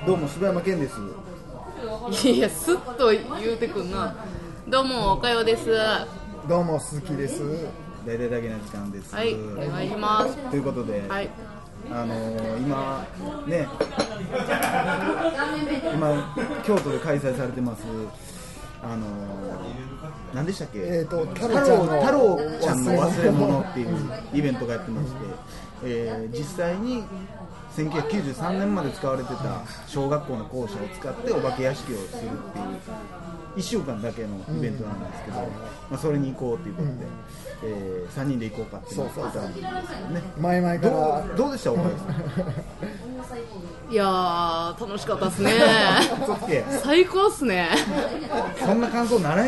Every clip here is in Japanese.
どうも柴山健です。 いや、すっと言うてくんな。どうもおかよです。 どうも鈴木です。 大々だけな時間です。 はい、お願いします。 ということで、 はい、 今ね、京都で開催されてます何でしたっけ、太郎ちゃんの忘れ物っていうイベントがやってまして、実際に1993年まで使われてた小学校の校舎を使ってお化け屋敷をするっていう1週間だけのイベントなんですけど、それに行こうということで、3人で行こうかっていうことなんですよね。 前々からどうでしたおかゆさいやー楽しかったっすね。 ん最高っすね。 そんな感想ならんや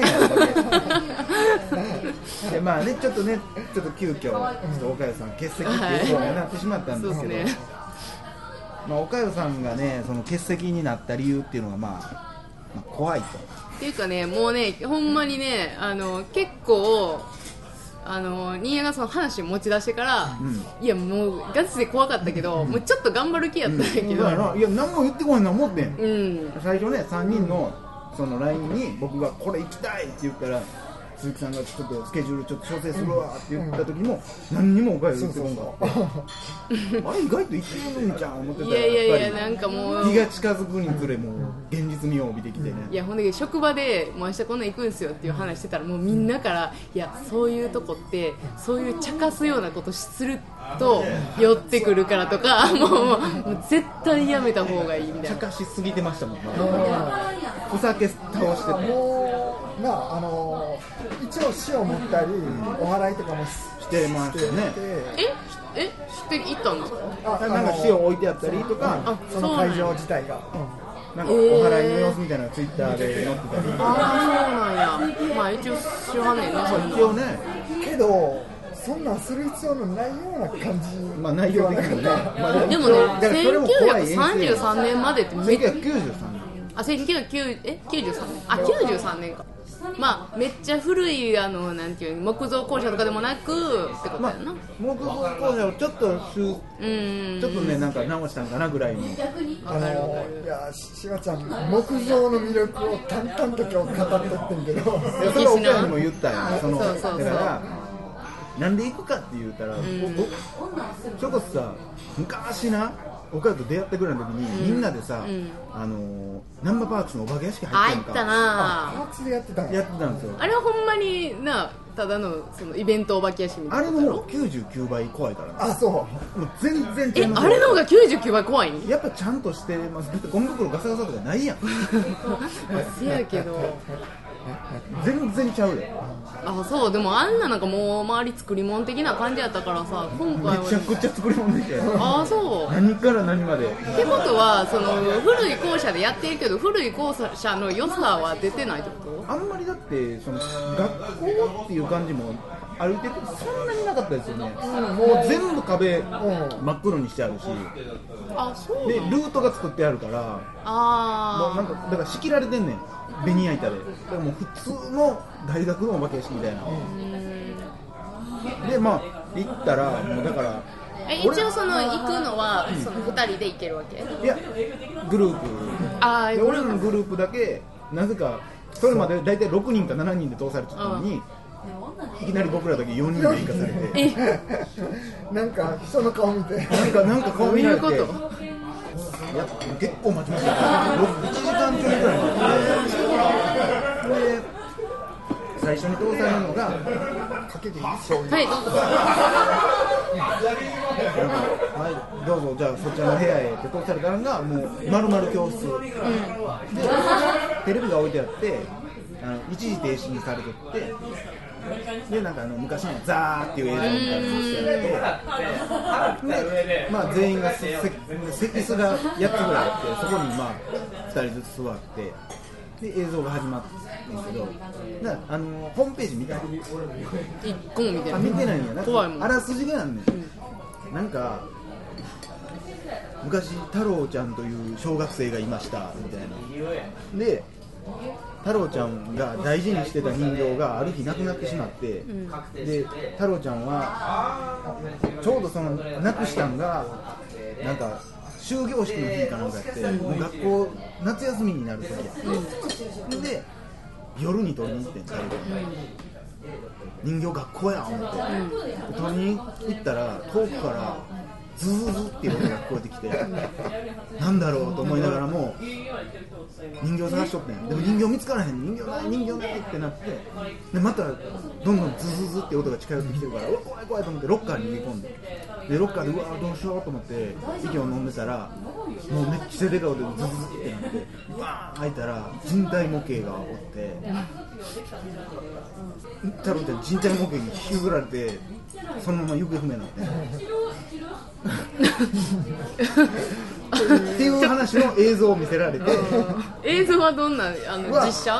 ろ。でまあね、ちょっと急遽おかゆさん欠席っていうことになってしまったんですけど、 そうですね。 おかゆさんがねその欠席になった理由っていうのがまあ怖いと。 っていうかね、もうね、ほんまにね、結構新谷がその話持ち出してから、いやもうガチで怖かったけど、もうちょっと頑張る気やったんやけど、 いや何も言ってこないの思ってん、最初ね3人のその LINE に僕がこれ行きたいって言ったら鈴木さんがちょっとスケジュールちょっと調整するわって言った時も何にもおかゆ言ってこんかったあれ意外といけるんじゃん思ってたら、 いやなんかもう日が近づくにつれもう現実味を帯びてきてね、 いやほんで職場でもう明日こんなん行くんすよっていう話してたら、もうみんなからいやそういうとこってそういう茶化すようなことすると寄ってくるからとかもう絶対やめた方がいいみたいな。 茶化しすぎてましたもん、お酒倒してて一応塩持ったり、お祓いとかもしてましたね。 して行ったんですか？ なんか塩置いてあったりとか、 その会場自体が、 なんかお祓いの様子みたいなのがツイッターで載ってたり、 そうなんや。まあ一応しはんねんね。 一応ね、 けどそんなんする必要のないような感じ、 内容的にね、 でもね、1933年までってめっちゃ 1993年 1993年93年か。まあめっちゃ古いなんていう木造校舎とかでもなくってことやな。 木造校舎をちょっとねなんか直したんかなぐらいの。 いやしわちゃん木造の魅力を淡々と今日語ってってんけど、 それはおかゆにも言ったよ。 そうだからなんで行くかって言ったら、それこそさ昔なおかゆと出会ったぐらいの時に、みんなでさ、ナンバーパークスのお化け屋敷入ってんか。 入ったな。 パーツでやってたんですよ。 あれはほんまにな、ただのそのイベントお化け屋敷みたいな。 あれの方が99倍怖いからね。 あ、そう。もう全然違います。 あれの方が99倍怖いん？ やっぱちゃんとしてます。ゴミ袋ガサガサとかないやん。 せやけど。 全然ちゃうで。 あ、そう。でもあんななんかもう周り作り物的な感じやったからさ、今回はめちゃくちゃ作り物できて。 あ、そう。 何から何まで。 ってことはその古い校舎でやってるけど、古い校舎の良さは出てないってこと？ あんまりだってその学校っていう感じも歩いてるとそんなになかったですよね。もう全部壁真っ黒にしてあるし、 あ、そうでルートが作ってあるから、もうなんかだから仕切られてんねん。ベニヤ板で。だからもう普通の大学のお化け屋敷みたいな。でまあ行ったらもうだから。 一応その行くのはその2人で行けるわけ？ いやグループで、俺らのグループだけなぜかそれまで大体6人か7人で通されてたのに、いきなり僕らだけ4人で行かされてなんか人の顔見てなんか顔見られて、 どういうこと？ いや結構待ちましたよ。1時間ちょいくらい待って、で最初に通されるのがかけていい？醤油。 はい、どうぞ。 はい、どうぞじゃあそちらの部屋へって通されたのがもう丸々教室、でテレビが置いてあって一時停止にされてってでなんか昔のザーっていう映像みたいなのをしてあってで、まあ、全員が席数が8つぐらいあってそこにまあ2人ずつ座ってで映像が始まってるんですけど、ホームページ見た一個も見てない。 見てないんやな。 怖いもん。 あらすじがなんねん、なんか昔太郎ちゃんという小学生がいましたみたいな。で太郎ちゃんが大事にしてた人形がある日亡くなってしまって、で太郎ちゃんはちょうどその亡くしたんがなんか終業式の日かなんかやって、もう学校夏休みになる時や、で夜に取りに行ってん2人で、人形学校や思って、取りに行ったら遠くからズズズっていう音が聞こえてきてなんだろうと思いながらも人形探しとってん。でも人形見つからへん、人形ないってなって、でまたどんどんズズズって音が近寄ってきてるから、うわ怖い怖いと思ってロッカーに逃げ込んで、でロッカーでうわどうしようと思って息を飲んでたら、もうめっちゃでかい音でズズズってなって、バーン開いたら人体模型がおって、太郎ちゃん人体模型に引きずられてそのまま行方不明になってっていう話の映像を見せられて映像はどんな実写？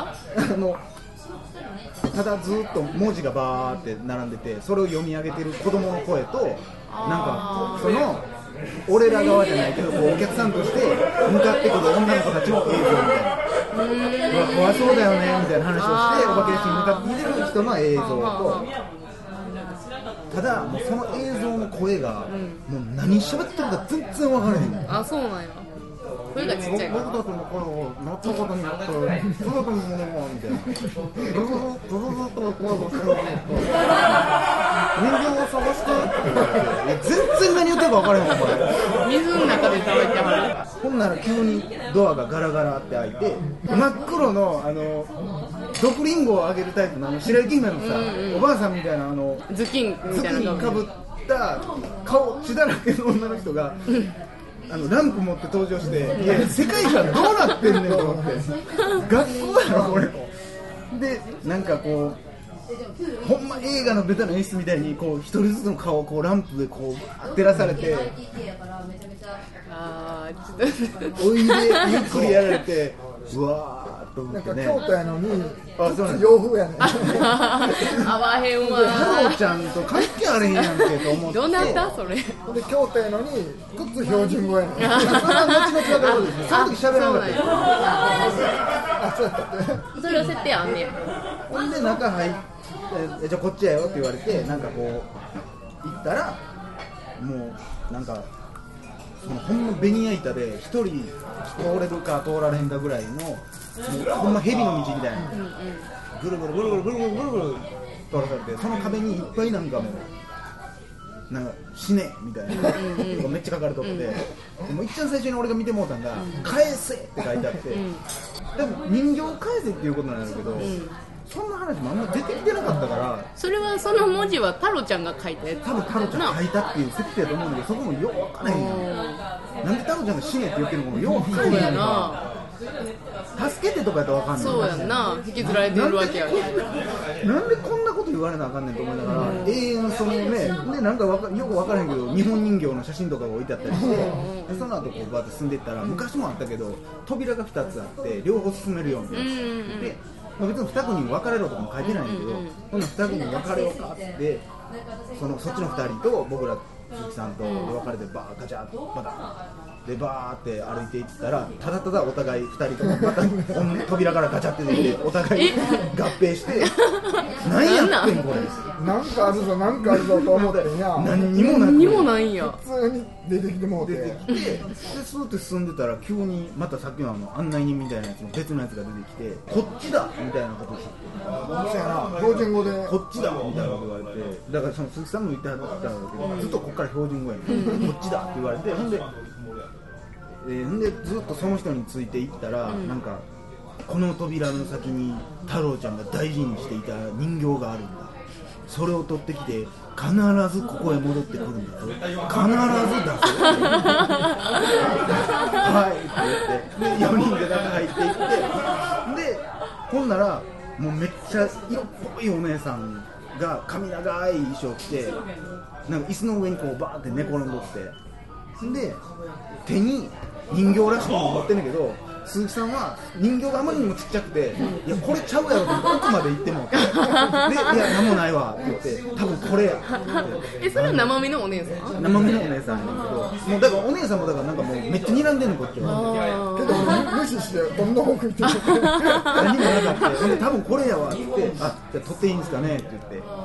ただずっと文字がバーって並んでて、それを読み上げてる子供の声と、なんかその俺ら側じゃないけどこうお客さんとして向かってくる女の子たちの映像みたいな、うわ怖そうだよねみたいな話をしてお化け屋敷に向かってきてる人の映像と、ただもうその映像の声が、もう何喋ってるか全然分からへん。 あ、そうなんや。声がちっちゃいから僕たちの声を夏の方になったらその時のものはみたいなドドドドドと声がする人形を探してって言われて、全然何言ってるか分からへんお前。 水の中で食べてはる。 ほんなら急にドアがガラガラって開いて、真っ黒の毒リンゴをあげるタイプの白雪姫のさ、おばあさんみたいなズキンみたいなかぶった顔血だらけの女の人がランプ持って登場して、いや世界観どうなってんねんと思って学校やろこれで、なんかこうほんま映画のベタな演出みたいにこう一人ずつの顔をこうランプでこう照らされて、 あーちょっとおいでゆっくりやられてうわーっと思ってね、 なんか京都やのにあそうなん洋風やねん合わへんわハローちゃんと関係あれへんやんけと思って、 どうなったそれ。 で京都やのに靴標準語やねんそれは後々分かることですね。その時喋らなかったです。 あ、そうやったってそれを設定あんねや。 ほんで中入ってじゃあこっちやよって言われて、なんかこう行ったらもうなんかそのほんまベニヤ板で一人通れるか通られへんかぐらいのもうほんま蛇の道みたいな、ぐるぐるぐるぐるぐるぐるぐるぐる通らされて、その壁にいっぱいなんかもうなんか死ねみたいなめっちゃ書かれとって、もう一番最初に俺が見てもうたんが返せって書いてあって、でも人形返せっていうことなんだけど、そんな話もあんま出てきてなかったから、 それはその文字は太郎ちゃんが書いたやつ。 多分太郎ちゃんが書いたっていう設定だと思うんだけど、そこもよう分からへんやん。なんで太郎ちゃんが死ねって言ってるのかもよう分からへんやんか。助けてとかやったら分かんない。 そうやんな、引きずられてるわけやからなんでこんなこと言われなあかんねんと思いながら、永遠そのね、でなんかよく分からへんけど日本人形の写真とかが置いてあったりして、でその後こうバーって進んでいったら、昔もあったけど扉が2つあって両方進めるようになって、でまあ、別に2組に分かれろとかも書いてないんだけど、こんな2組に分かれようかってそっちの2人と僕ら鈴木さんと分かれてバーガチャッとまたでバーって歩いていったら、ただただお互い2人ともまた扉からガチャって出てお互い合併して何やってんこれ、 なんかあるぞなんかあるぞと思ってんや何にもなく何にもないんや。 普通に出てきてもうて出てきて、でスーッと進んでたら急にまたさっきの案内人みたいなやつの別のやつが出てきて、こっちだみたいなことをそうやな、標準語でこっちだみたいなこと言われて、だからその鈴木さんも言ってはったんだけど、ずっとこっから標準語やねん、こっちだって言われて、ほんでずっとその人についていったら、なんかこの扉の先に太郎ちゃんが大事にしていた人形があるんだ、それを取ってきて必ずここへ戻ってくるんだぞ、必ず出せはいって言って、で4人で中入っていって、でほんならもうめっちゃ色っぽいお姉さんが髪長い衣装着て、なんか椅子の上にこうバーって寝転んどって、で手に人形らしいもの持ってんだけど、鈴木さんは人形があまりにもちっちゃくて、いやこれちゃうやろって奥まで行ってもで、いや何もないわって言って、多分これやって。 それは生身のお姉さん？ 生身のお姉さんやねんけど、もうだからお姉さんもだからなんかもうめっちゃ睨んでんのこっちは。 けど無視してこんな方向行って何もなかった。で多分これやわって言って、あじゃあ取っていいんですかねって言って。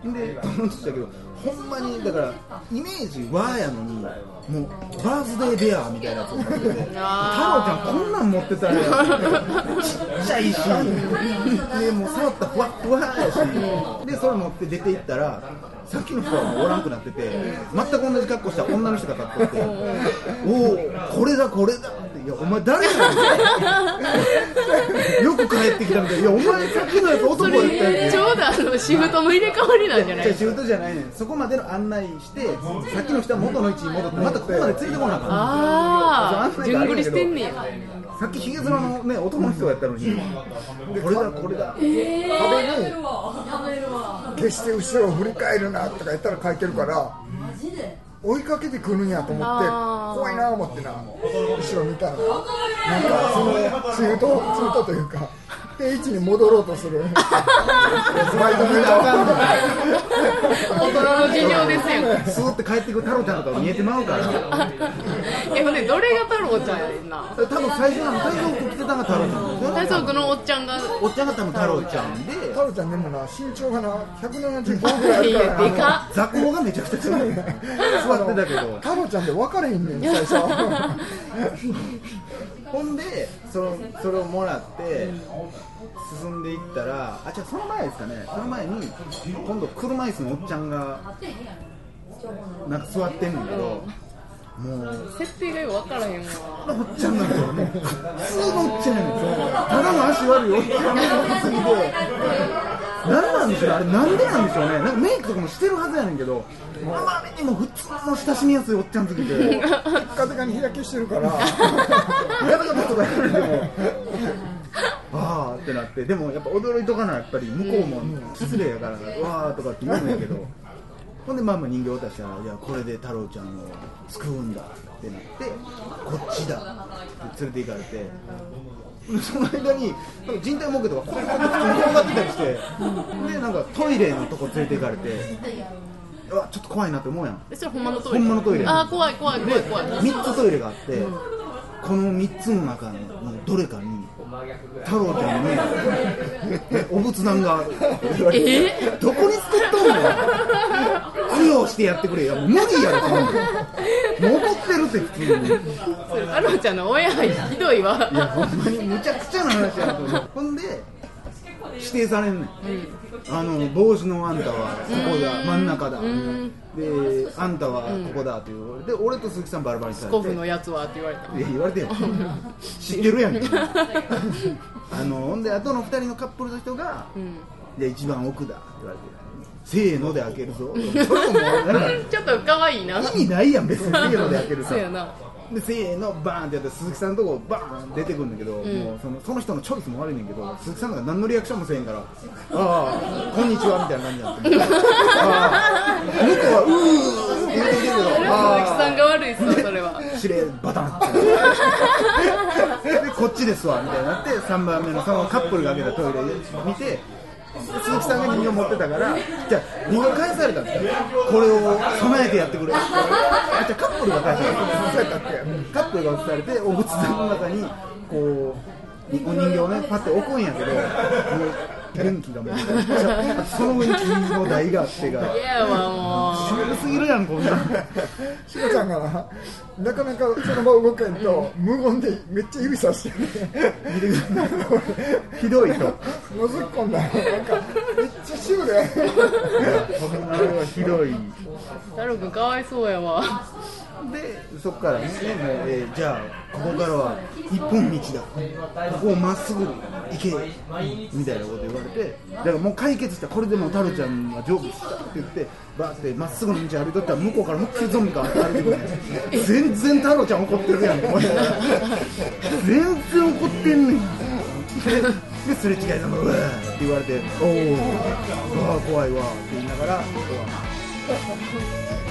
で友達だけどほんまにだからイメージ和やのにもうバースデーベアみたいなやつを持ってて太郎ちゃんこんなん持ってたらちっちゃいしでもう触ったらふわっふわやしでそれ持って出て行ったらさっきの人はもうおらんくなってて全く同じ格好した女の人が立ってておおこれだこれだっていやお前誰なんだよく帰ってきたみたいないやお前さっきのやつ男やったやんちょうどシフトの入れ替わりなんじゃないシフトじゃないねんそこまでの案内してさっきの人は元の位置に戻ってまたここまでついてこなかったああ順繰りしてんねやさっきヒゲ面のね男の人がやったのにこれだこれだ壁に決して後ろを振り返るなとか言ったら書いてるから追いかけてくるんやと思って怖いなと思ってな後ろ見たらなんかそのシフトというか定位置に戻ろうとするスマイル見たら大人の事情ですやんスーって帰ってくる太郎ちゃんとか見えてまうからほんでどれが太郎ちゃんやねんな多分最初の体操服着てたのが太郎ちゃんですよ体操服のおっちゃんがおっちゃんが多分太郎ちゃんで太郎ちゃんでもな身長がな175ぐらいあるいやからでかっ座高がめちゃくちゃ強い座ってたけど太郎ちゃんで分かれへんねん最初ほんでそれをもらって進んでいったらあ違うその前ですかねその前に今度車椅子のおっちゃんがなんか座ってんねんけどもう設定がよく分からへんわおっちゃんなんですよもう普通のおっちゃんやねんただの足悪いおっちゃんがすぎて何なんでしょうねあれなんでなんでしょうねなんかメイクとかもしてるはずやねんけどあまりにも普通の親しみやすいおっちゃんすぎてカテカに日焼けしてるからガタガタとかやるんでもあーってなってでもやっぱ驚いとかなやっぱり向こうも失礼やからわーとかって言うんやけどほんでまあまあ人形渡したらいやこれで太郎ちゃんを救うんだってなってこっちだって連れて行かれてその間に人体模型とかこう転がってたりしてでなんかトイレのとこ連れて行かれてうわちょっと怖いなって思うやんそれほんまのトイレほんまのトイレあー怖い怖い怖い怖い 3つトイレがあってこの3つの中のどれかに太郎ちゃんのお仏壇があるどこに作っとんの供養してやってくれよ無理やろそんなのもう怒ってるって普通に太郎ちゃんの親ひどいわいやほんまにむちゃくちゃな話やなと思うほんで指定されんねん、帽子のあんたはここだ真ん中だであんたはここだって言われて俺と鈴木さんバラバラにされてスコフのやつはって言われたいや言われてよ知ってるやんほんで後の2人のカップルの人が、じゃあ一番奥だって言われてせーので開けるぞそれももうなんかちょっと可愛いな意味ないやん別にせーので開けるさそうやなでせーのバーンってやって鈴木さんのとこバーン出てくるんだけど、もうその人のチョイスも悪いねんけど鈴木さんが何のリアクションもせえへんからああこんにちはみたいな感じになってああ向こうはうーって言ってきてるけど鈴木さんが悪いっすわそれは指令バタンってでこっちですわみたいになって3番目のそのカップルが開けたトイレ見て鈴木さんが人形持ってたからじゃあ人形返されたんですよこれを備えてやってくれじゃあカップルが返されたカップルが移されてお仏壇の中にこうお人形をねパッて置くんやけどもう元気がもうその上に金の台があってがいやわもシュールすぎるやんこんなんシロちゃんがなかなかその場動けんと無言でめっちゃ指さしてひどいとのずっこんだなんかめっちゃシュールやあれはひどい太郎くんかわいそうやわでそこからね、じゃあここからは一本道だここをまっすぐ行けみたいなこと言われてだからもう解決したこれでも太郎ちゃんは成仏したって言ってバーってまっすぐの道歩いとったら向こうからムッキリゾンビが歩いてくる全然太郎ちゃん怒ってるやん全然怒ってんねんですれ違いざまうわーって言われておお怖いわって言いながら終わる